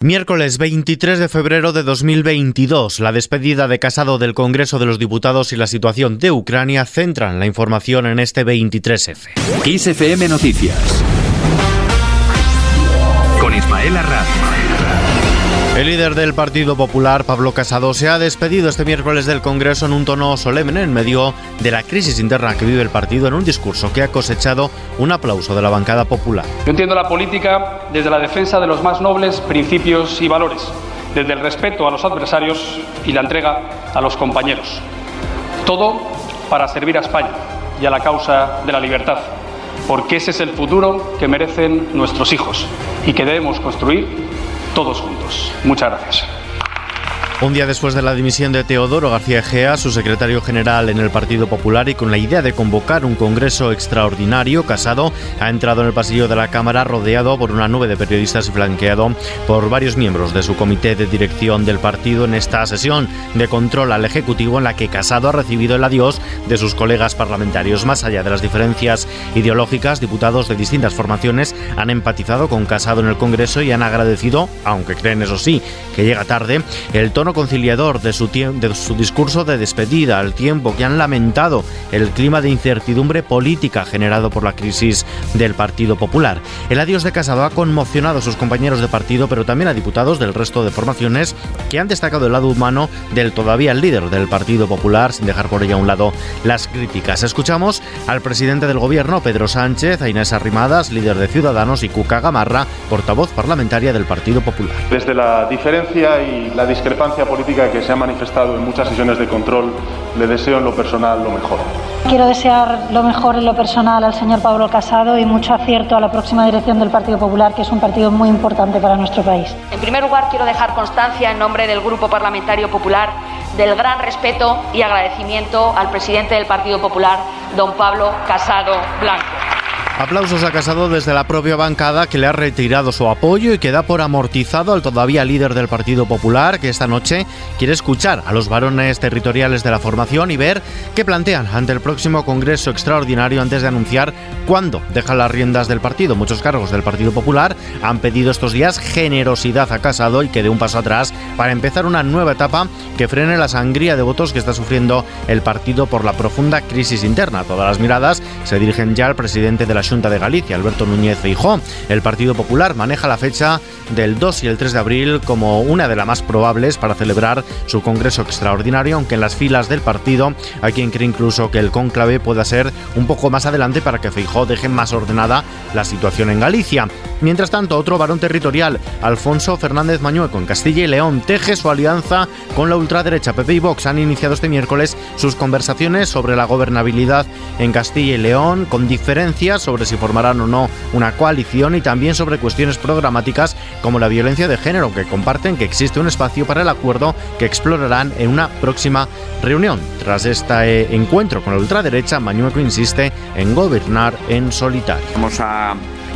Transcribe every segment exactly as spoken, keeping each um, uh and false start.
Miércoles veintitrés de febrero de dos mil veintidós, la despedida de Casado del Congreso de los Diputados y la situación de Ucrania centran la información en este veintitrés efe. Kiss F M Noticias con Ismael Arranz. El líder del Partido Popular, Pablo Casado, se ha despedido este miércoles del Congreso en un tono solemne en medio de la crisis interna que vive el partido, en un discurso que ha cosechado un aplauso de la bancada popular. Yo entiendo la política desde la defensa de los más nobles principios y valores, desde el respeto a los adversarios y la entrega a los compañeros. Todo para servir a España y a la causa de la libertad, porque ese es el futuro que merecen nuestros hijos y que debemos construir todos juntos. Muchas gracias. Un día después de la dimisión de Teodoro García Egea, su secretario general en el Partido Popular, y con la idea de convocar un congreso extraordinario, Casado ha entrado en el pasillo de la Cámara rodeado por una nube de periodistas y flanqueado por varios miembros de su comité de dirección del partido en esta sesión de control al Ejecutivo, en la que Casado ha recibido el adiós de sus colegas parlamentarios. Más allá de las diferencias ideológicas, diputados de distintas formaciones han empatizado con Casado en el Congreso y han agradecido, aunque creen eso sí, que llega tarde, el tono conciliador de su, de su discurso de despedida, al tiempo que han lamentado el clima de incertidumbre política generado por la crisis del Partido Popular. El adiós de Casado ha conmocionado a sus compañeros de partido, pero también a diputados del resto de formaciones que han destacado el lado humano del todavía líder del Partido Popular, sin dejar por ello a un lado las críticas. Escuchamos al presidente del Gobierno, Pedro Sánchez, a Inés Arrimadas, líder de Ciudadanos, y Cuca Gamarra, portavoz parlamentaria del Partido Popular. Desde la diferencia y la discrepancia política que se ha manifestado en muchas sesiones de control, le deseo en lo personal lo mejor. Quiero desear lo mejor en lo personal al señor Pablo Casado y mucho acierto a la próxima dirección del Partido Popular, que es un partido muy importante para nuestro país. En primer lugar, quiero dejar constancia en nombre del Grupo Parlamentario Popular del gran respeto y agradecimiento al presidente del Partido Popular, don Pablo Casado Blanco. Aplausos a Casado desde la propia bancada, que le ha retirado su apoyo y que da por amortizado al todavía líder del Partido Popular, que esta noche quiere escuchar a los varones territoriales de la formación y ver qué plantean ante el próximo Congreso Extraordinario antes de anunciar cuándo dejan las riendas del partido. Muchos cargos del Partido Popular han pedido estos días generosidad a Casado y que dé un paso atrás para empezar una nueva etapa que frene la sangría de votos que está sufriendo el partido por la profunda crisis interna. Todas las miradas se dirigen ya al presidente de la Xunta de Galicia, Alberto Núñez Feijóo. El Partido Popular maneja la fecha del dos y el tres de abril como una de las más probables para celebrar su Congreso Extraordinario, aunque en las filas del partido hay quien cree incluso que el cónclave pueda ser un poco más adelante para que Feijóo deje más ordenada la situación en Galicia. Mientras tanto, otro varón territorial, Alfonso Fernández Mañueco, en Castilla y León, teje su alianza con la ultraderecha. P P y Vox han iniciado este miércoles sus conversaciones sobre la gobernabilidad en Castilla y León, con diferencias sobre si formarán o no una coalición, y también sobre cuestiones programáticas como la violencia de género, aunque comparten que existe un espacio para el acuerdo que explorarán en una próxima reunión. Tras este encuentro con la ultraderecha, Mañueco insiste en gobernar en solitario. Vamos a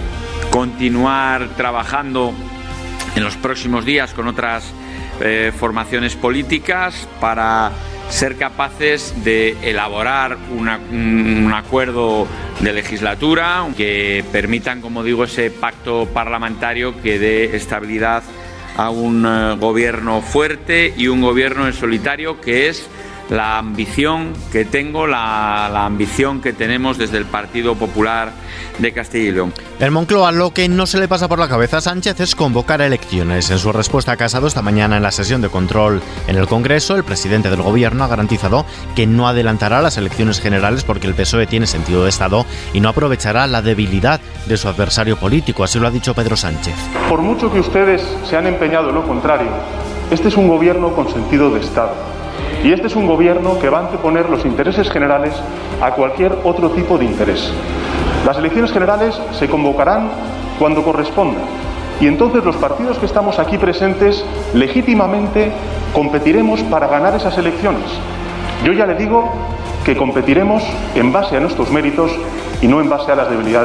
continuar trabajando en los próximos días con otras eh, formaciones políticas para ser capaces de elaborar una, un acuerdo de legislatura que permitan, como digo, ese pacto parlamentario que dé estabilidad a un uh, gobierno fuerte y un gobierno en solitario, que es la ambición que tengo, la, la ambición que tenemos desde el Partido Popular de Castilla y León. En Moncloa, lo que no se le pasa por la cabeza a Sánchez es convocar elecciones. En su respuesta a Casado esta mañana en la sesión de control en el Congreso, el presidente del Gobierno ha garantizado que no adelantará las elecciones generales porque el P S O E tiene sentido de Estado y no aprovechará la debilidad de su adversario político. Así lo ha dicho Pedro Sánchez. Por mucho que ustedes se han empeñado en lo contrario, este es un gobierno con sentido de Estado. Y este es un gobierno que va a anteponer los intereses generales a cualquier otro tipo de interés. Las elecciones generales se convocarán cuando corresponda. Y entonces los partidos que estamos aquí presentes legítimamente competiremos para ganar esas elecciones. Yo ya le digo que competiremos en base a nuestros méritos y no en base a las debilidades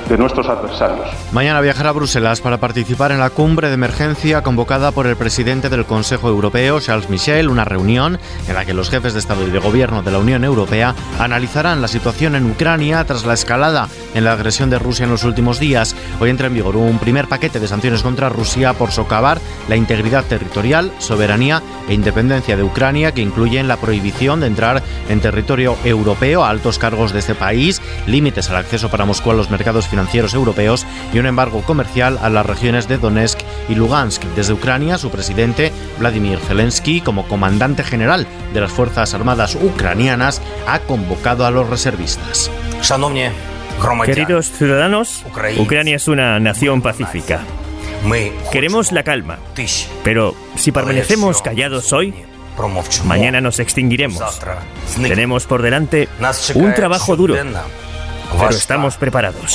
de nuestros adversarios. Mañana viajará a Bruselas para participar en la cumbre de emergencia convocada por el presidente del Consejo Europeo, Charles Michel, una reunión en la que los jefes de Estado y de Gobierno de la Unión Europea analizarán la situación en Ucrania tras la escalada en la agresión de Rusia en los últimos días. Hoy entra en vigor un primer paquete de sanciones contra Rusia por socavar la integridad territorial, soberanía e independencia de Ucrania, que incluyen la prohibición de entrar en territorio europeo a altos cargos de este país, límites al acceso para Moscú a los mercados financieros europeos y un embargo comercial a las regiones de Donetsk y Lugansk. Desde Ucrania, su presidente, Vladimir Zelensky, como comandante general de las Fuerzas Armadas ucranianas, ha convocado a los reservistas. Queridos ciudadanos, Ucrania es una nación pacífica. Queremos la calma, pero si permanecemos callados hoy, mañana nos extinguiremos. Tenemos por delante un trabajo duro, pero estamos preparados.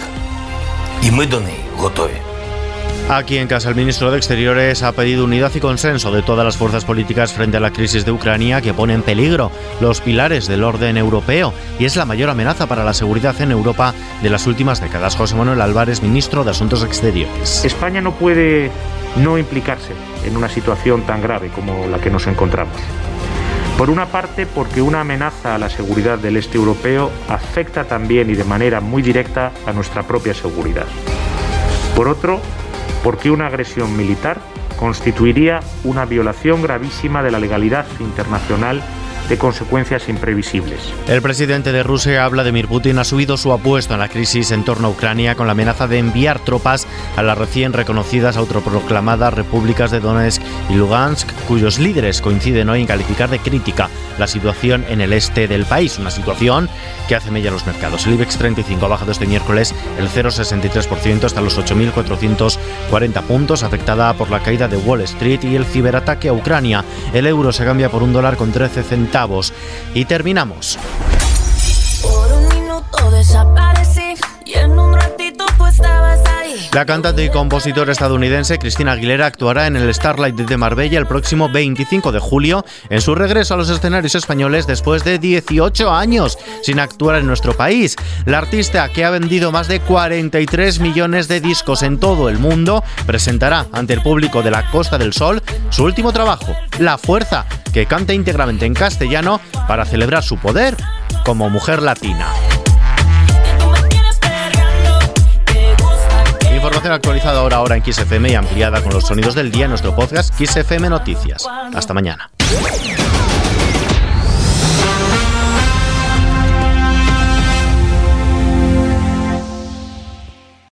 Aquí en casa, el ministro de Exteriores ha pedido unidad y consenso de todas las fuerzas políticas frente a la crisis de Ucrania, que pone en peligro los pilares del orden europeo y es la mayor amenaza para la seguridad en Europa de las últimas décadas. José Manuel Álvarez, ministro de Asuntos Exteriores. España no puede no implicarse en una situación tan grave como la que nos encontramos. Por una parte, porque una amenaza a la seguridad del este europeo afecta también y de manera muy directa a nuestra propia seguridad. Por otro, porque una agresión militar constituiría una violación gravísima de la legalidad internacional de consecuencias imprevisibles. El presidente de Rusia, Vladimir Putin, ha subido su apuesto en la crisis en torno a Ucrania con la amenaza de enviar tropas a las recién reconocidas autoproclamadas repúblicas de Donetsk y Lugansk, cuyos líderes coinciden hoy en calificar de crítica la situación en el este del país, una situación que hace mella a los mercados. El IBEX treinta y cinco ha bajado este miércoles el cero coma sesenta y tres por ciento hasta los ocho mil cuatrocientos cuarenta puntos, afectada por la caída de Wall Street y el ciberataque a Ucrania. El euro se cambia por un dólar con trece centavos. Y terminamos. Por un minuto desaparecí y en un ratito tú estabas ahí. La cantante y compositora estadounidense Christina Aguilera actuará en el Starlight de Marbella el próximo veinticinco de julio en su regreso a los escenarios españoles después de dieciocho años sin actuar en nuestro país. La artista, que ha vendido más de cuarenta y tres millones de discos en todo el mundo, presentará ante el público de la Costa del Sol su último trabajo, La Fuerza, que canta íntegramente en castellano para celebrar su poder como mujer latina. Información actualizada ahora ahora en Kiss F M y ampliada con los sonidos del día en nuestro podcast Kiss F M Noticias. Hasta mañana.